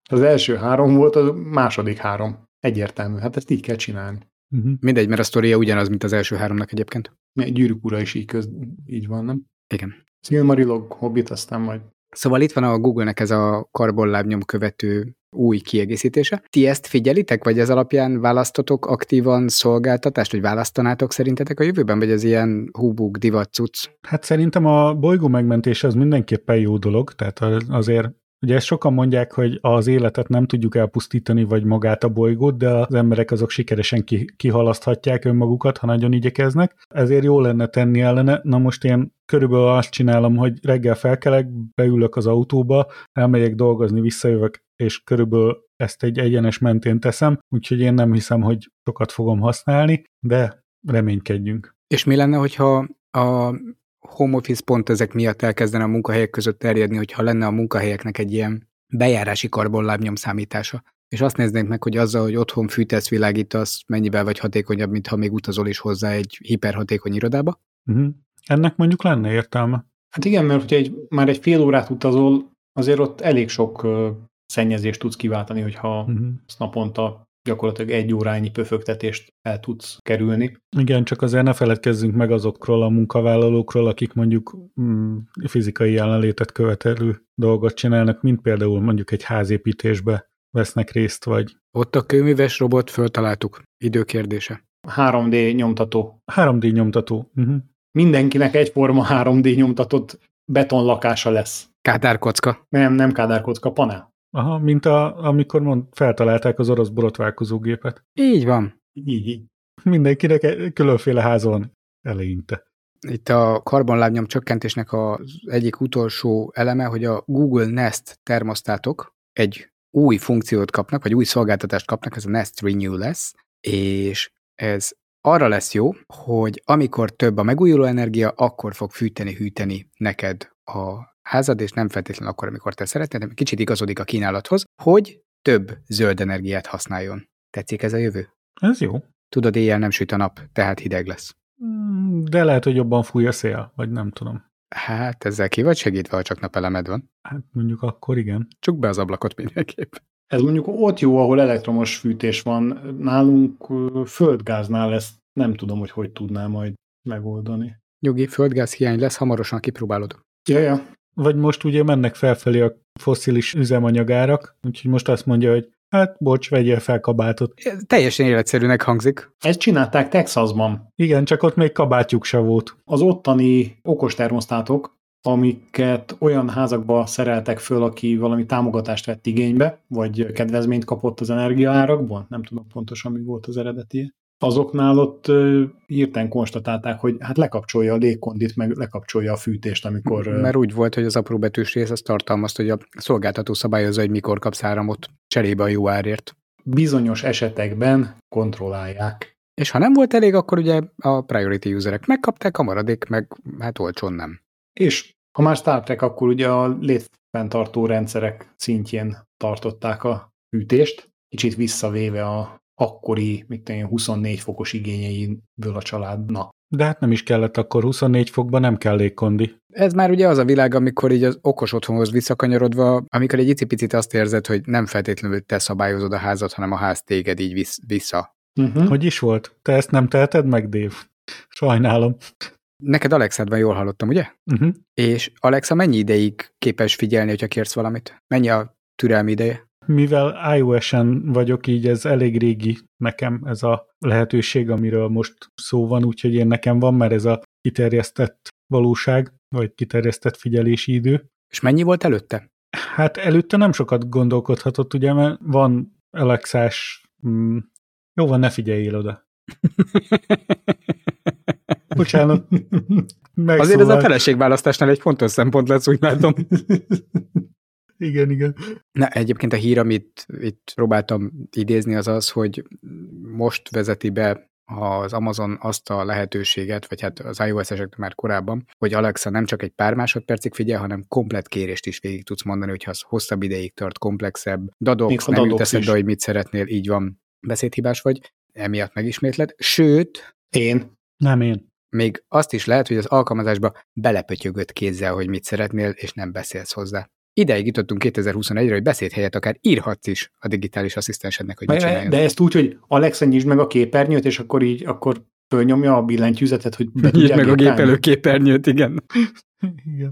Az első három volt, a második három. Egyértelmű. Hát ezt így kell csinálni. Uh-huh. Mindegy, mert a sztoria ugyanaz, mint az első háromnak egyébként. Gyűrűk ura is így, köz... így van, nem? Igen. Silmarillion, Hobbit, aztán majd. Szóval itt van a Google-nek ez a karbonlábnyom követő új kiegészítése. Ti ezt figyelitek, vagy ez alapján választotok aktívan szolgáltatást, vagy választanátok szerintetek a jövőben, vagy ez ilyen húbuk, divat, cucc? Hát szerintem a bolygó megmentése az mindenképpen jó dolog, tehát azért ugye ezt sokan mondják, hogy az életet nem tudjuk elpusztítani, vagy magát a bolygót, de az emberek azok sikeresen ki, kihalaszthatják önmagukat, ha nagyon igyekeznek. Ezért jó lenne tenni ellene. Na most én körülbelül azt csinálom, hogy reggel felkelek, beülök az autóba, elmegyek dolgozni, visszajövök, és körülbelül ezt egy egyenes mentén teszem, úgyhogy én nem hiszem, hogy sokat fogom használni, de reménykedjünk. És mi lenne, hogyha a home office pont ezek miatt elkezdene a munkahelyek között terjedni, hogyha lenne a munkahelyeknek egy ilyen bejárási karbonlábnyom számítása. És azt néznénk meg, hogy azzal, hogy otthon fűtesz, világítasz, mennyivel vagy hatékonyabb, mint ha még utazol is hozzá egy hiperhatékony irodába? Uh-huh. Ennek mondjuk lenne értelme. Hát igen, mert hogyha egy, már egy fél órát utazol, azért ott elég sok uh, szennyezést tudsz kiváltani, hogyha uh-huh. naponta gyakorlatilag egy órányi pöfögtetést el tudsz kerülni. Igen, csak azért ne feledkezzünk meg azokról a munkavállalókról, akik mondjuk mm, fizikai jelenlétet követelő dolgot csinálnak, mint például mondjuk egy házépítésbe vesznek részt, vagy... Ott a kőműves robot föltaláltuk. Időkérdése. három dé nyomtató. három dé nyomtató. Uh-huh. Mindenkinek egyforma három dé nyomtatott betonlakása lesz. Kádárkocka. Nem, nem kádárkocka, panel. Aha, mint a, amikor mond, feltalálták az orosz borotválkozógépet. Így van. Így, így. Mindenkinek különféle háza van eleinte. Itt a karbonlábnyom csökkentésnek az egyik utolsó eleme, hogy a Google Nest termosztátok egy új funkciót kapnak, vagy új szolgáltatást kapnak, ez a Nest Renew lesz, és ez arra lesz jó, hogy amikor több a megújuló energia, akkor fog fűteni, hűteni neked a házad, és nem feltétlenül akkor, amikor te szeretnéd, de kicsit igazodik a kínálathoz, hogy több zöld energiát használjon. Tetszik ez a jövő? Ez jó. Tudod, éjjel nem süt a nap, tehát hideg lesz. De lehet, hogy jobban fúj a szél, vagy nem tudom. Hát ezzel ki vagy segítve, ha csak napelemed van. Hát mondjuk akkor igen. Csukd be az ablakot mindenképp. Ez mondjuk ott jó, ahol elektromos fűtés van. Nálunk földgáznál ezt nem tudom, hogy hogy tudná majd megoldani. Nyugi, földgáz hiány lesz, hamarosan kipróbálod. Ja, ja. Vagy most ugye mennek felfelé a fosszilis üzemanyagárak, úgyhogy most azt mondja, hogy hát bocs, vegyél fel kabátot. Ez teljesen életszerűnek hangzik. Ezt csinálták Texasban. Igen, csak ott még kabátjuk se volt. Az ottani okos termosztátok, amiket olyan házakba szereltek föl, aki valami támogatást vett igénybe, vagy kedvezményt kapott az energiaárakból, nem tudom pontosan, mi volt az eredeti. Azoknál ott uh, hirtelen konstatálták, hogy hát lekapcsolja a légkondit, meg lekapcsolja a fűtést, amikor... Uh, Mert úgy volt, hogy az apróbetűs rész azt tartalmazta, hogy a szolgáltató szabályozza, hogy mikor kapsz áramot cserébe a jó árért. Bizonyos esetekben kontrollálják. És ha nem volt elég, akkor ugye a priority userek megkapták, a maradék meg hát olcsón nem. És ha már Star Trek, akkor ugye a létfenntartó rendszerek szintjén tartották a fűtést, kicsit visszavéve a akkori, mit tudom, huszonnégy fokos igényeiből a családnak. De hát nem is kellett akkor huszonnégy fokban, nem kell légkondi. Ez már ugye az a világ, amikor így az okos otthonhoz visszakanyarodva, amikor egy icipicit azt érzed, hogy nem feltétlenül te szabályozod a házat, hanem a ház téged így vissza. Uh-huh. Hogy is volt? Te ezt nem teheted meg, Dave? Sajnálom. Neked Alexád van, jól hallottam, ugye? Uh-huh. És Alexa mennyi ideig képes figyelni, hogyha kérsz valamit? Mennyi a türelmi ideje? Mivel iOS-en vagyok, így ez elég régi nekem ez a lehetőség, amiről most szó van, úgyhogy én nekem van, mert ez a kiterjesztett valóság, vagy kiterjesztett figyelési idő. És mennyi volt előtte? Hát előtte nem sokat gondolkodhatott, ugye, mert van Alexás... Mm, jó van, ne figyeljél oda. Bocsánat. Azért ez a feleségválasztásnál egy fontos szempont lesz, úgy látom. Igen, igen. Na, egyébként a hír, amit itt próbáltam idézni, az az, hogy most vezeti be az Amazon azt a lehetőséget, vagy hát az iOS-esek már korábban, hogy Alexa nem csak egy pár másodpercig figyel, hanem komplett kérést is végig tudsz mondani, hogyha az hosszabb ideig tart, komplexebb, dadogsz, nem jut eszedbe, hogy mit szeretnél, így van, beszédhibás vagy, emiatt megismétled. Sőt, én. Nem én. Még azt is lehet, hogy az alkalmazásba belepötyögött kézzel, hogy mit szeretnél, és nem beszélsz hozzá. ideig jutottunk kétezer-huszonegyre, hogy beszéd helyett akár írhatsz is a digitális asszisztensednek, hogy mit csináljon. De ezt úgy, hogy Alexa, nyisd meg a képernyőt, és akkor így, akkor fölnyomja a billentyűzetet, hogy be nyisd meg a gép gépelni. elő képernyőt, igen. Igen.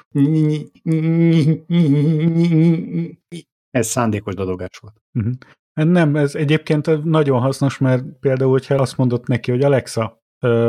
Ez szándékos dadogás volt. Uh-huh. Nem, ez egyébként nagyon hasznos, mert például, hogyha azt mondott neki, hogy Alexa,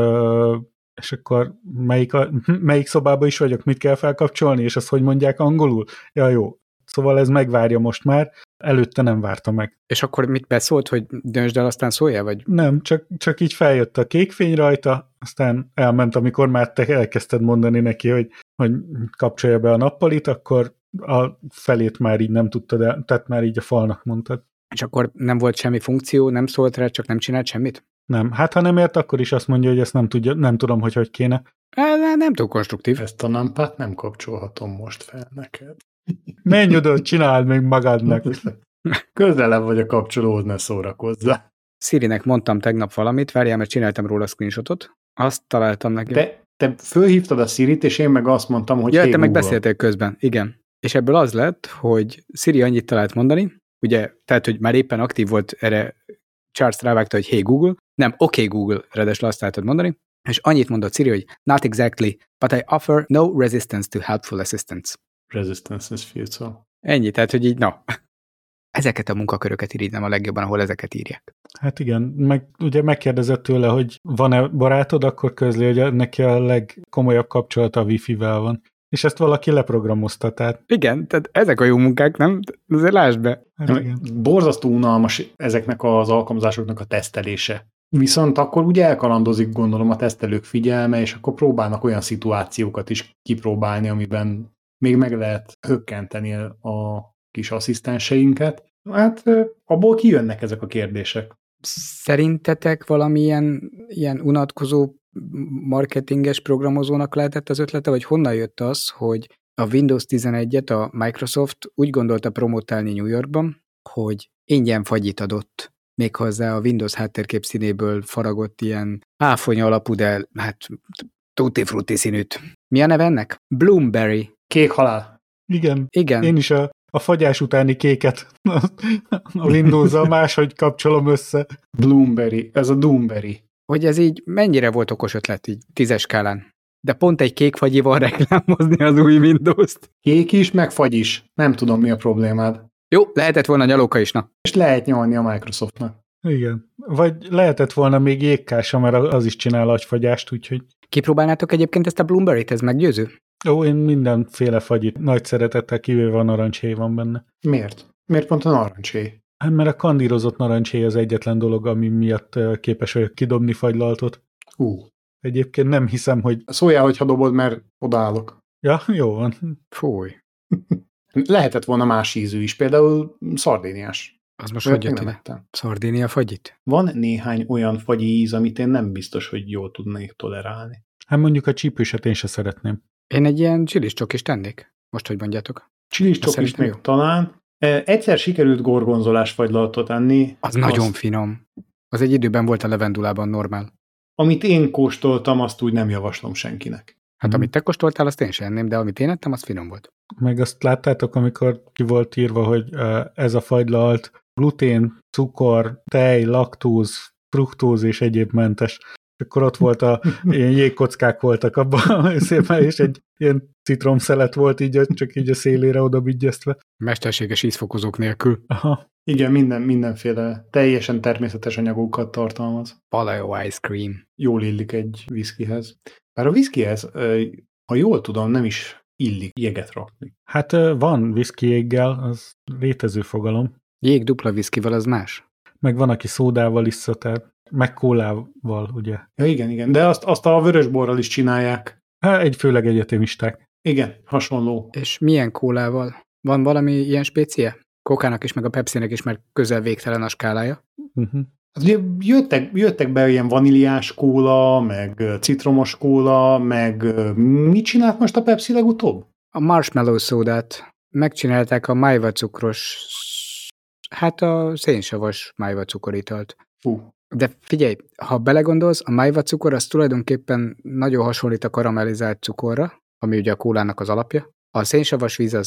ö, és akkor melyik, a, melyik szobában is vagyok, mit kell felkapcsolni, és azt hogy mondják angolul? Ja, jó. Szóval ez megvárja most már, előtte nem várta meg. És akkor mit beszólt, hogy döntsd el, aztán szóljál, vagy? Nem, csak, csak így feljött a kék fény rajta, aztán elment, amikor már te elkezdted mondani neki, hogy, hogy kapcsolja be a nappalit, akkor a felét már így nem tudtad el, tehát már így a falnak mondtad. És akkor nem volt semmi funkció, nem szólt rá, csak nem csinált semmit? Nem, hát ha nem ért, akkor is azt mondja, hogy ezt nem tudja, nem tudom, hogy hogy kéne. Nem, nem túl konstruktív. Ezt a numpad nem kapcsolhatom most fel neked. Menj oda, csináld még magadnak. Közelebb vagy a kapcsolóhoz, ne szórakozzá. Sirinek mondtam tegnap valamit, várjál, mert csináltam róla screenshotot. Azt találtam neki. Te, te fölhívtad a Sirit, és én meg azt mondtam, hogy ja, hey, te meg Google. beszéltél közben, igen. És ebből az lett, hogy Siri annyit talált mondani, ugye, tehát, hogy már éppen aktív volt erre, Charles rávágta, hogy hey Google, nem, okay Google, redesle azt lehetett mondani, és annyit mondott Siri, hogy not exactly, but I offer no resistance to helpful assistance. Resistance is futile. Ennyi, tehát, hogy így, na, ezeket a munkaköröket irigylem a legjobban, ahol ezeket írják. Hát igen, meg ugye megkérdezett tőle, hogy van-e barátod, akkor közli, hogy neki a legkomolyabb kapcsolata a Wi-Fi-vel van. És ezt valaki leprogramozta, tehát... Igen, tehát ezek a jó munkák, nem? Azért lásd be. Hát igen. Borzasztó unalmas ezeknek az alkalmazásoknak a tesztelése. Viszont akkor ugye elkalandozik, gondolom, a tesztelők figyelme, és akkor próbálnak olyan szituációkat is kipróbálni, amiben még meg lehet hökkenteni a kis asszisztenseinket. Hát abból kijönnek ezek a kérdések. Szerintetek valamilyen ilyen unatkozó marketinges programozónak lehetett az ötlete, vagy honnan jött az, hogy a Windows tizenegyet a Microsoft úgy gondolta promotálni New Yorkban, hogy ingyen fagyit adott, méghozzá a Windows háttérkép színéből faragott ilyen áfonya alapú, de hát tutti frutti színűt. Mi a neve ennek? Bloomberry. Kék halál. Igen. Igen. Én is a, a fagyás utáni kéket a Windows-zal máshogy kapcsolom össze. Bloomberry, ez a Doomberry. Hogy ez így mennyire volt okos ötlet így tízes skálán. De pont egy kék fagyival reklámozni az új Windows-t. Kék is, meg fagy is. Nem tudom, mi a problémád. Jó, lehetett volna nyalóka is, na. És lehet nyalni a Microsoftnak. Igen. Vagy lehetett volna még jégkása, mert az is csinál agyfagyást, úgyhogy... Kipróbálnátok egyébként ezt a Bloomberry-t, ez meggyőző? Ó, én mindenféle fagyit nagy szeretettel, kivéve a narancshéj van benne. Miért? Miért pont a narancsé? Hát mert a kandírozott narancshéj az egyetlen dolog, ami miatt képes vagyok kidobni fagylaltot. Ú. Egyébként nem hiszem, hogy... Szóljál, hogyha dobod, mert odaállok. Ja, jó van. Fúj. Lehetett volna más ízű is, például szardéniás. Az most Olyat hogy még jött nem ide? ettem. Szardénia fagyit? Van néhány olyan fagyi íz, amit én nem biztos, hogy jól tudnék tolerálni. Hát mondjuk a csípőset én se szeretném. Én egy ilyen csilis csokist tennék. Most, hogy mondjátok. Csilis Azt csokist szerintem még jó. talán. E, Egyszer sikerült gorgonzolás fagylaltot enni. Az nagyon finom. Az egy időben volt a levendulában normál. Amit én kóstoltam, azt úgy nem javaslom senkinek. Hát Mhm. amit te kóstoltál, azt én sem enném, de amit én ettem, az finom volt. Meg azt láttátok, amikor ki volt írva, hogy uh, ez a fagylalt glutén, cukor, tej, laktóz, fruktóz és egyéb mentes. És akkor ott volt a ilyen jégkockák voltak abban szépen, és egy ilyen citromszelet volt így, csak így a szélére oda bigyeztve. Mesterséges ízfokozók nélkül. Aha. Igen, minden, mindenféle teljesen természetes anyagokat tartalmaz. Paleo ice cream. Jól illik egy viszkihez. Bár a viszkihez, ö, ha jól tudom, nem is illik jeget rakni. Hát uh, van whisky jéggel, az létező fogalom. Jég dupla viszkivel az más. Meg van, aki szódávalissza, tehát meg kólával, ugye. Ja, igen, igen, de azt, azt a vörösborral is csinálják. Hát egy főleg egyetemisták. Igen, hasonló. És milyen kólával? Van valami ilyen spécie? Kokának is, meg a Pepsinek is, mert közel végtelen a skálája. Uh-huh. Hát ugye jöttek, jöttek be ilyen vaníliás kóla, meg ö, citromos kóla, meg ö, mit csinált most a Pepsi legutóbb? A marshmallow szódát megcsinálták a májva cukros, hát a szénsavas májva cukoritalt. Fú. De figyelj, ha belegondolsz, a májva cukor az tulajdonképpen nagyon hasonlít a karamellizált cukorra, ami ugye a kólának az alapja. A szénsavas víz az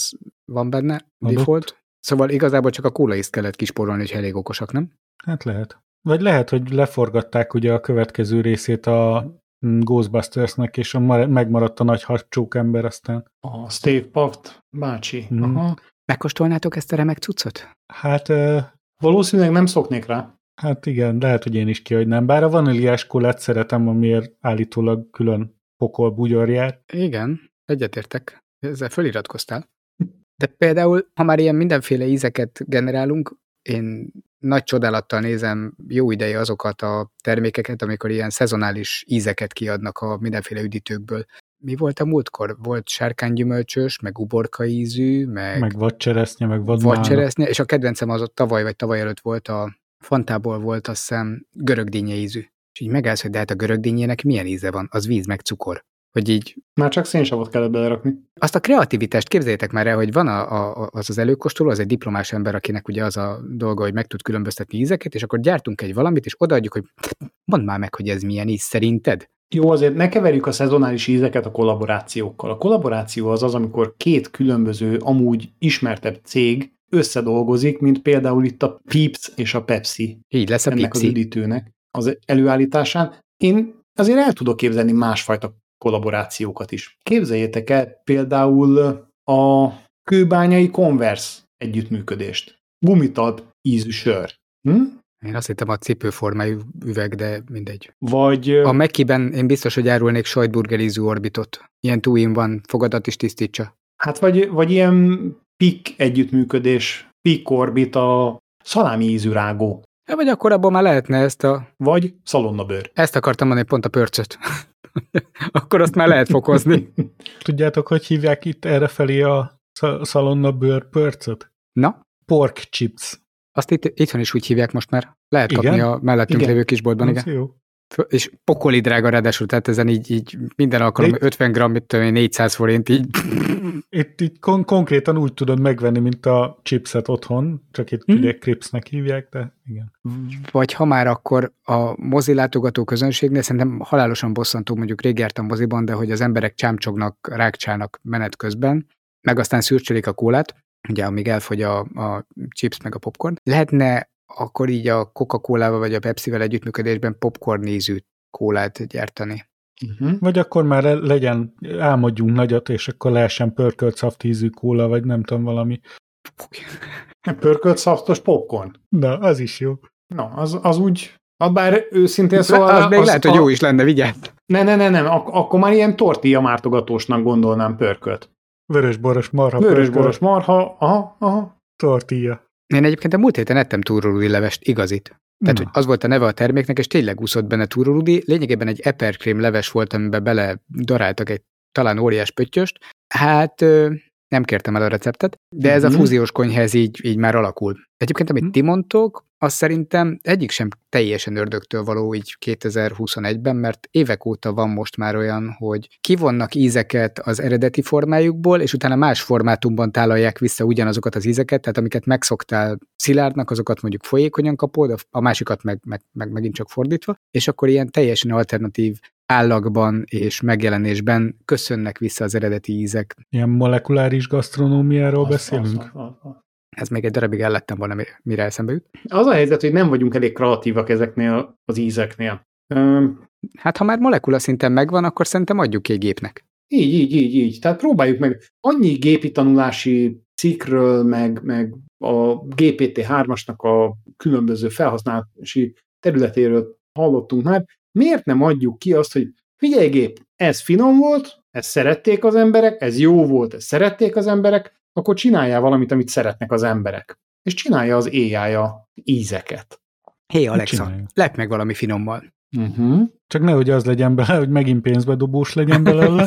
van benne, Adott. default. Szóval igazából csak a kóla ízt kellett kispórolni, és elég okosak, nem? Hát lehet. Vagy lehet, hogy leforgatták ugye a következő részét a Ghostbustersnek, és a megmaradt a nagy harcsók ember aztán. A Stave Paft bácsi. Mm. Aha. Megkóstolnátok ezt a remek cuccot? Hát... Uh, Valószínűleg nem szoknék rá. Hát igen, lehet, hogy én is kihagynám. Bár a vaníliás kólát szeretem, amiért állítólag külön pokol bugyor jár. Igen, egyetértek. Ezzel föliratkoztál. De például, ha már ilyen mindenféle ízeket generálunk, én nagy csodálattal nézem jó ideje azokat a termékeket, amikor ilyen szezonális ízeket kiadnak a mindenféle üdítőkből. Mi volt a múltkor? Volt sárkánygyümölcsös, meg uborka ízű, meg... Meg vadcseresznye, meg vadmána. Vadcseresznye, és a kedvencem az ott tavaly vagy tavaly előtt volt a Fantából volt, azt hiszem, görögdinnye ízű. És így megállsz, hogy de hát a görögdinnjének milyen íze van? Az víz, meg cukor. Hogy így... Már csak szénsavot kellett belerakni. Azt a kreativitást képzeljétek már el, hogy van a, a, az az előkóstoló, az egy diplomás ember, akinek ugye az a dolga, hogy meg tud különböztetni ízeket, és akkor gyártunk egy valamit, és odaadjuk, hogy mondd már meg, hogy ez milyen íz szerinted. Jó, azért ne keverjük a szezonális ízeket a kollaborációkkal. A kollaboráció az az, amikor két különböző, amúgy ismertebb cég összedolgozik, mint például itt a Peeps és a Pepsi. Így lesz a ennek Pepsi. Az üdítőnek az előállításán. Én azért el tudok képzelni másfajta kollaborációkat is. Képzeljétek el például a kőbányai Converse együttműködést. Gumitalp ízű sör. Hm? Én azt hittem a cipőformájú üveg, de mindegy. Vagy... A Meckiben én biztos, hogy árulnék sajtburger ízű Orbitot. Ilyen two in van, fogadat is tisztítsa. Hát vagy, vagy ilyen Pik együttműködés, Pik Orbit a szalámi ízű rágó. Ja, vagy akkor abban már lehetne ezt a... Vagy szalonnabőr. Ezt akartam mondani, pont a pörcöt. Akkor azt már lehet fokozni. Tudjátok, hogy hívják itt errefelé a szalonnabőr pörcöt? Na? Pork chips. Azt itt, itthon is úgy hívják most már. Lehet igen? kapni a mellettünk igen. lévő kisboltban. Az igen. Jó. És pokoli drága ráadásul, tehát ezen így, így minden alkalom itt... ötven gramm, mit tudom én, négyszáz forint így. Itt, itt kon- konkrétan úgy tudod megvenni, mint a chipset otthon, csak itt hmm. ugye cripsnek hívják, de igen. Vagy ha már akkor a mozilátogató közönségnél szerintem halálosan bosszantó, mondjuk rég jártam moziban, de hogy az emberek csámcsognak, rákcsálnak menet közben, meg aztán szürcsölik a kólát, ugye amíg elfogy a, a chips meg a popcorn. Lehetne akkor így a Coca-Colával vagy a Pepsivel együttműködésben popcorn ízű kólát gyártani. Uh-huh. Vagy akkor már legyen, álmodjunk nagyot, és akkor lehessen pörkölt szaftízű kóla, vagy nem tudom, valami. Pörkölt szaftos popcorn? Na, az is jó. Na, az, az úgy, bár őszintén szóval... Az, az még az, lehet, a... hogy jó is lenne, vigyázz. Ne, ne, ne, nem, Ak- akkor már ilyen tortilla mártogatósnak gondolnám pörkölt. Vörösboros marha. Vörösboros marha, aha, aha. Tortilla. Én egyébként a múlt héten ettem túrórudi levest, igazit. Tehát, hogy az volt a neve a terméknek, és tényleg úszott benne túrórudi. Lényegében egy eperkrém leves volt, amiben bele daráltak egy talán óriás pöttyöst. Hát nem kértem el a receptet, de ez a fúziós konyha, ez így, így már alakul. Egyébként, amit ti mondtok, az szerintem egyik sem teljesen ördögtől való így kétezer-huszonegyben, mert évek óta van most már olyan, hogy kivonnak ízeket az eredeti formájukból, és utána más formátumban tálalják vissza ugyanazokat az ízeket, tehát amiket megszoktál szilárdnak, azokat mondjuk folyékonyan kapod, a másikat meg, meg, meg megint csak fordítva, és akkor ilyen teljesen alternatív állagban és megjelenésben köszönnek vissza az eredeti ízek. Ilyen molekuláris gasztronómiáról az, beszélünk? Az, az, az. Ez még egy darabig ellettem volna, mire eszembe jut. Az a helyzet, hogy nem vagyunk elég kreatívak ezeknél az ízeknél. Um, hát ha már molekula szinten megvan, akkor szerintem adjuk ki egy gépnek. Így, így, így, így. Tehát próbáljuk meg. Annyi gépi tanulási cikkről, meg, meg a gé pé té hármasnak a különböző felhasználási területéről hallottunk már. Miért nem adjuk ki azt, hogy figyelj gép, ez finom volt, ezt szerették az emberek, ez jó volt, ezt szerették az emberek, akkor csináljál valamit, amit szeretnek az emberek. És csinálja az á i a ízeket. Hé hey Alexa, lepj meg valami finommal. Uh-huh. Csak nehogy az legyen belőle, hogy megint pénzbedobós legyen belőle.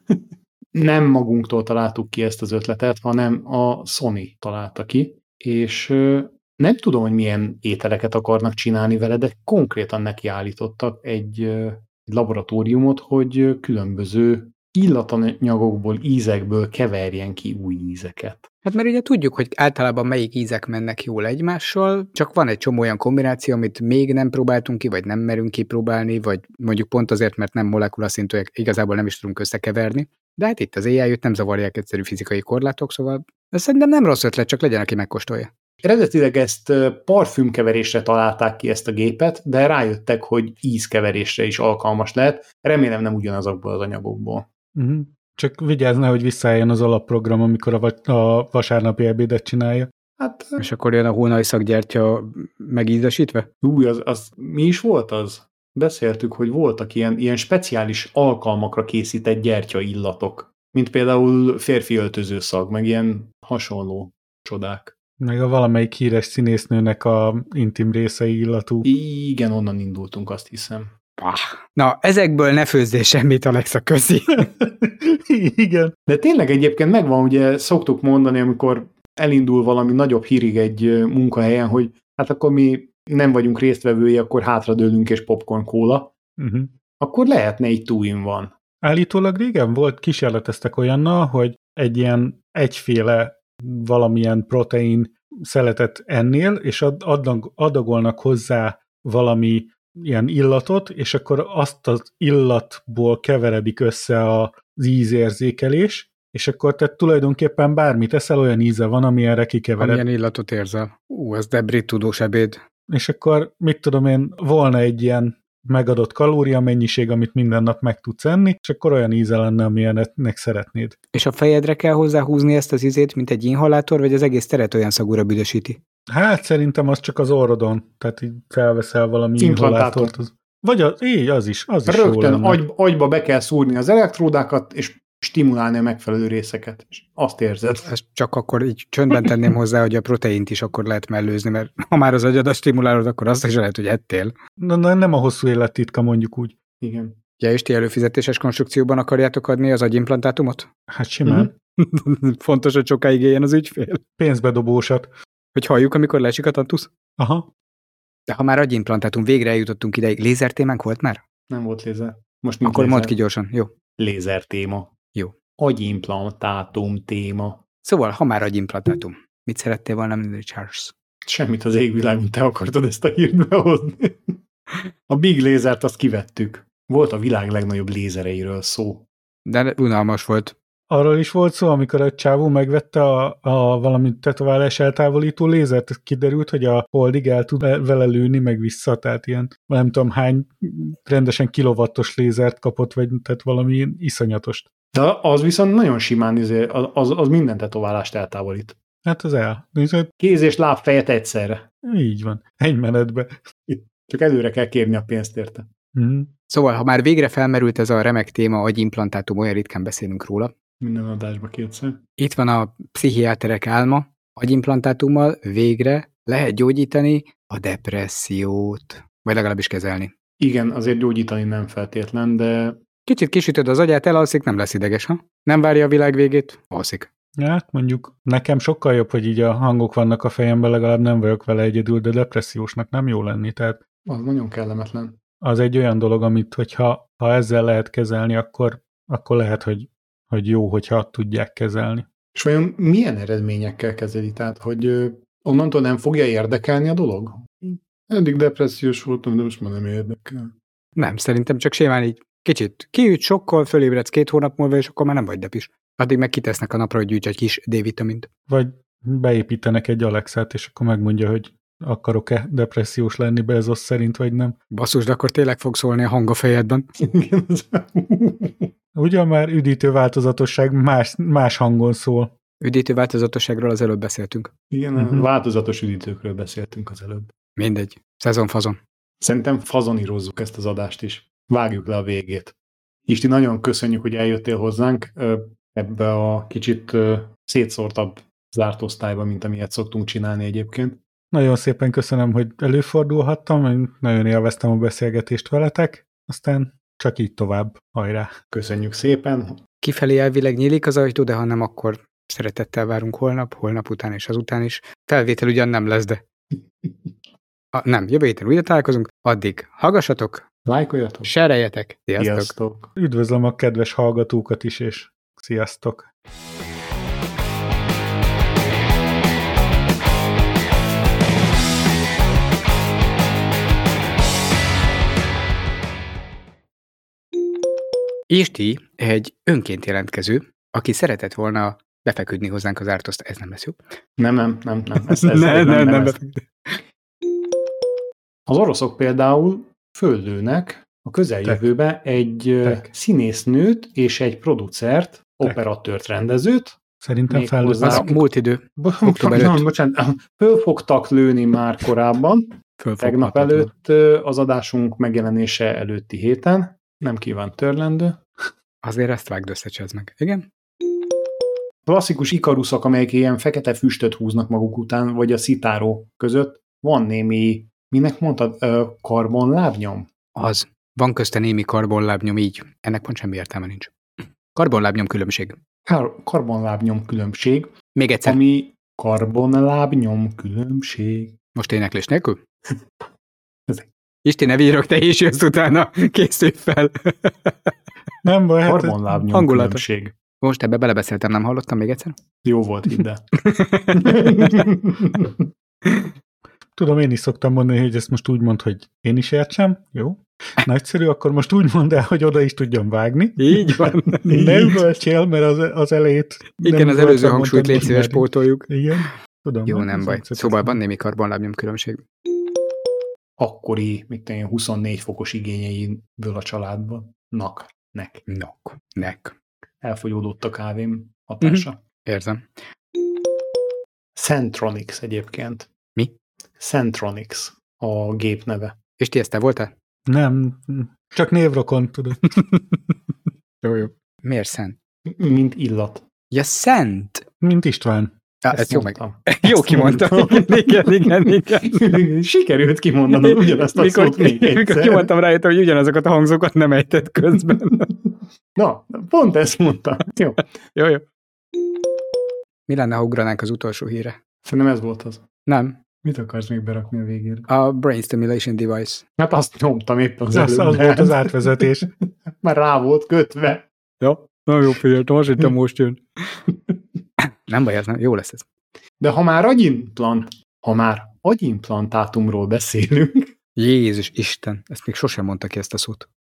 Nem magunktól találtuk ki ezt az ötletet, hanem a Sony találta ki, és nem tudom, hogy milyen ételeket akarnak csinálni vele, de konkrétan nekiállítottak egy, egy laboratóriumot, hogy különböző illatanyagokból, ízekből keverjen ki új ízeket. Hát mert ugye tudjuk, hogy általában melyik ízek mennek jól egymással, csak van egy csomó olyan kombináció, amit még nem próbáltunk ki, vagy nem merünk kipróbálni, vagy mondjuk pont azért, mert nem molekulaszintűek, igazából nem is tudunk összekeverni. De hát itt az á i-t nem zavarják egyszerű fizikai korlátok, szóval De szerintem nem rossz ötlet, csak legyen, aki megkóstolja. Eredetileg ezt parfümkeverésre találták ki ezt a gépet, de rájöttek, hogy ízkeverésre is alkalmas lehet. Remélem nem ugyanazokból az anyagokból. Uh-huh. Csak vigyázz, hogy visszaálljon az alapprogram, amikor a, va- a vasárnapi ebédet csinálja. Hát, És akkor jön a hónajszakgyertya megízesítve? új, az, az mi is volt az? Beszéltük, hogy voltak ilyen, ilyen speciális alkalmakra készített gyertya'illatok, mint például férfi öltözőszag, meg ilyen hasonló csodák. Meg a valamelyik híres színésznőnek a intim részei illatú. Igen, onnan indultunk, azt hiszem. Pah. Na, ezekből ne főzzél semmit, Alexa, köszi. Igen. De tényleg egyébként megvan, ugye szoktuk mondani, amikor elindul valami nagyobb hírig egy munkahelyen, hogy hát akkor mi nem vagyunk résztvevői, akkor hátradőlünk és popcorn kóla. Uh-huh. Akkor lehetne egy two-in-one. Állítólag régen volt, kísérleteztek olyannal, hogy egy ilyen egyféle valamilyen protein szeletet ennél, és adag, adagolnak hozzá valami ilyen illatot, és akkor azt az illatból keveredik össze az ízérzékelés, és akkor te tulajdonképpen bármit eszel, olyan íze van, ami erre kikevered. Amilyen illatot érzel. Ú, ez de brit tudós ebéd. És akkor, mit tudom én, volna egy ilyen megadott kalória mennyiség, amit minden nap meg tudsz enni, és akkor olyan íze lenne, amilyennek szeretnéd. És a fejedre kell hozzá húzni ezt az ízét, mint egy inhalátor, vagy az egész teret olyan szagúra büdösíti? Hát szerintem az csak az orrodon, tehát így felveszel valami inhalátort. Az... Vagy az, így, az is, az is Rögtön agy, agyba be kell szúrni az elektródákat, és stimulálni a megfelelő részeket. És azt érzed. Ezt csak akkor így csöndben tenném hozzá, hogy a proteint is akkor lehet mellőzni, mert ha már az agyadat stimulálod, akkor azt is lehet, hogy ettél. Na, na, nem a hosszú élettitka, mondjuk úgy. Igen. Ja, és ti előfizetéses konstrukcióban akarjátok adni az agyimplantátumot? Hát simán. Mm-hmm. Fontos, hogy sokáig éljen az ügyfél. Pénzbedobósat. Hogy halljuk, amikor leesik a tantusz? Aha. De ha már agyimplantátum, végre eljutottunk ideig. Lézertémánk volt már? Nem volt lézer. Most akkor lézer. Mondd ki gyorsan, jó. Lézer téma. Jó. Agyimplantátum téma. Szóval, ha már agyimplantátum, mit szerettél volna mondani, Charles? Semmit az égvilágon, te akartad ezt a hírt behozni. A Big Lézert azt kivettük. Volt a világ legnagyobb lézereiről szó. De unalmas volt. Arról is volt szó, amikor a csávó megvette a, a valami tetoválás eltávolító lézert, kiderült, hogy a holdig el tud vele lőni, meg vissza, tehát ilyen nem tudom hány rendesen kilowattos lézert kapott, vagy tehát valami iszonyatost. De az viszont nagyon simán, az, az minden tetoválást eltávolít. Hát az el. Kéz és lábfejet egyszerre. Így van. Egy menetbe. Csak előre kell kérni a pénzt érte. Mm. Szóval, ha már végre felmerült ez a remek téma, agyimplantátum, olyan ritkán beszélünk róla. Minden adásba kétszer. Itt van a pszichiáterek álma, agyimplantátummal végre lehet gyógyítani a depressziót. Vagy legalábbis kezelni. Igen, azért gyógyítani nem feltétlen, de... Kicsit kisütöd az agyát, elalszik, nem lesz ideges, ha? Nem várja a világ végét, alszik. Hát mondjuk nekem sokkal jobb, hogy így a hangok vannak a fejemben, legalább nem vagyok vele egyedül, de depressziósnak nem jó lenni, tehát... Az nagyon kellemetlen. Az egy olyan dolog, amit hogyha ha ezzel lehet kezelni, akkor, akkor lehet, hogy, hogy jó, hogyha tudják kezelni. És vajon milyen eredményekkel kezeli? Tehát, hogy ö, onnantól nem fogja érdekelni a dolog? Eddig depressziós voltam, de most már nem érdekel. Nem, szerintem csak sémán így kicsit kiüt, sokkal, fölébredsz két hónap múlva, és akkor már nem vagy depis. Addig meg kitesznek a napra, hogy gyűjts egy kis D-vitamint. Vagy beépítenek egy Alexát, és akkor megmondja, hogy akarok-e depressziós lenni Bezos szerint, vagy nem. Basszus, de akkor tényleg fog szólni a hang a fejedben. Ugyan már üdítő változatosság más, más hangon szól. Üdítő változatosságról az előbb beszéltünk. Igen, uh-huh. Változatos üdítőkről beszéltünk az előbb. Mindegy. Szezon-fazon. Szerintem fazonírozzuk ezt az adást is. Vágjuk le a végét. Isti, nagyon köszönjük, hogy eljöttél hozzánk ebbe a kicsit szétszórtabb zárt osztályba, mint amilyet szoktunk csinálni egyébként. Nagyon szépen köszönöm, hogy előfordulhattam, nagyon élveztem a beszélgetést veletek, aztán csak így tovább, hajrá! Köszönjük szépen! Kifelé elvileg nyílik az ajtó, de ha nem, akkor szeretettel várunk holnap, holnap után és azután is. Felvétel ugyan nem lesz, de... A, nem, jövő héten újra találkozunk, addig hallgassatok, lájkoljatok, sereljetek, sziasztok! Sziasztok! Üdvözlöm a kedves hallgatókat is, és sziasztok! Isti egy önként jelentkező, aki szeretett volna befeküdni hozzánk az ártoszt, ez nem lesz jó. Nem, nem, nem, nem. Ez, ez ne, nem, ne, nem, nem, ez. Az oroszok például földőnek a közeljövőbe egy Tek. színésznőt és egy producert, Tek. operatőrt, rendezőt. Szerintem Még fel. hozzá- Az Akik- múlt idő. Október Bocsánat, ötödike. bocsánat, föl fogtak lőni már korábban, tegnap Fölfoghatatlan. előtt ö, az adásunk megjelenése előtti héten. Nem kíván törlendő. Azért ezt vágd össze, csezd meg. Igen? Klasszikus ikaruszok, amelyek ilyen fekete füstöt húznak maguk után, vagy a szitáró között van némi, minek mondtad, ö, karbonlábnyom? Az. Van közte némi karbonlábnyom, így. Ennek pont semmi értelme nincs. Karbonlábnyom különbség. Kar- karbonlábnyom különbség, Még egyszer. ami karbonlábnyom különbség. Most éneklés nélkül? Ez- Isti, ne vírok, te is jössz utána. Készülj fel. Nem baj, hát Karbonlábnyom hangulata. különbség. Most ebbe belebeszéltem, nem hallottam még egyszer? Jó volt, hidd el. tudom, én is szoktam mondani, hogy ezt most úgy mond, hogy én is értsem. Jó? Nagyszerű, akkor most úgy mondd el, hogy oda is tudjam vágni. Így van. Ne üvöltsél, mert az, az elejét... Igen, nem az üvöltem, előző hangsúlyt mondtam, légy most szíves vágni. pótoljuk. Igen, tudom. Jó, hát nem ez baj. egyszer Szóval csak- van némi karbonlábnyom különbség. Akkori, mit tudom én, huszonnégy fokos igényeiből a családban. Nak, nek. Nok. Nek. Elfogyódott a kávém hatása. Mhm. Érzem. Centronics egyébként. Mi? Centronics a gép neve. És ti ezt te voltál? Nem, csak névrokon, tudod. Jó, jó. Miért szent? Mint illat. Ja, szent! Mint István. Ja, Ezt ezt jó meg. mondtam. Jó Ezt kimondtam. mondtam. Igen, igen, igen. Sikerült kimondanod ugyanazt a mikor, szót még mikor egyszer. kimondtam rájöttem, hogy ugyanazokat a hangzókat nem ejtett közben. Na, pont ezt mondtam. Jó. Jó, jó. Mi lenne, ha ugranánk az utolsó híre? Szerintem ez volt az. Nem. Mit akarsz még berakni a végére? A Brain Stimulation Device. Hát azt nyomtam éppen az Az, az előbb. volt az átvezetés. Hát Már rá volt kötve. Ja, nagyon jó figyeltem, azt hittem most jön. Nem baj, ez nem. Jó lesz ez. De ha már agyimplant, ha már agyimplantátumról beszélünk, Jézus Isten, ezt még sosem mondta ki ezt a szót.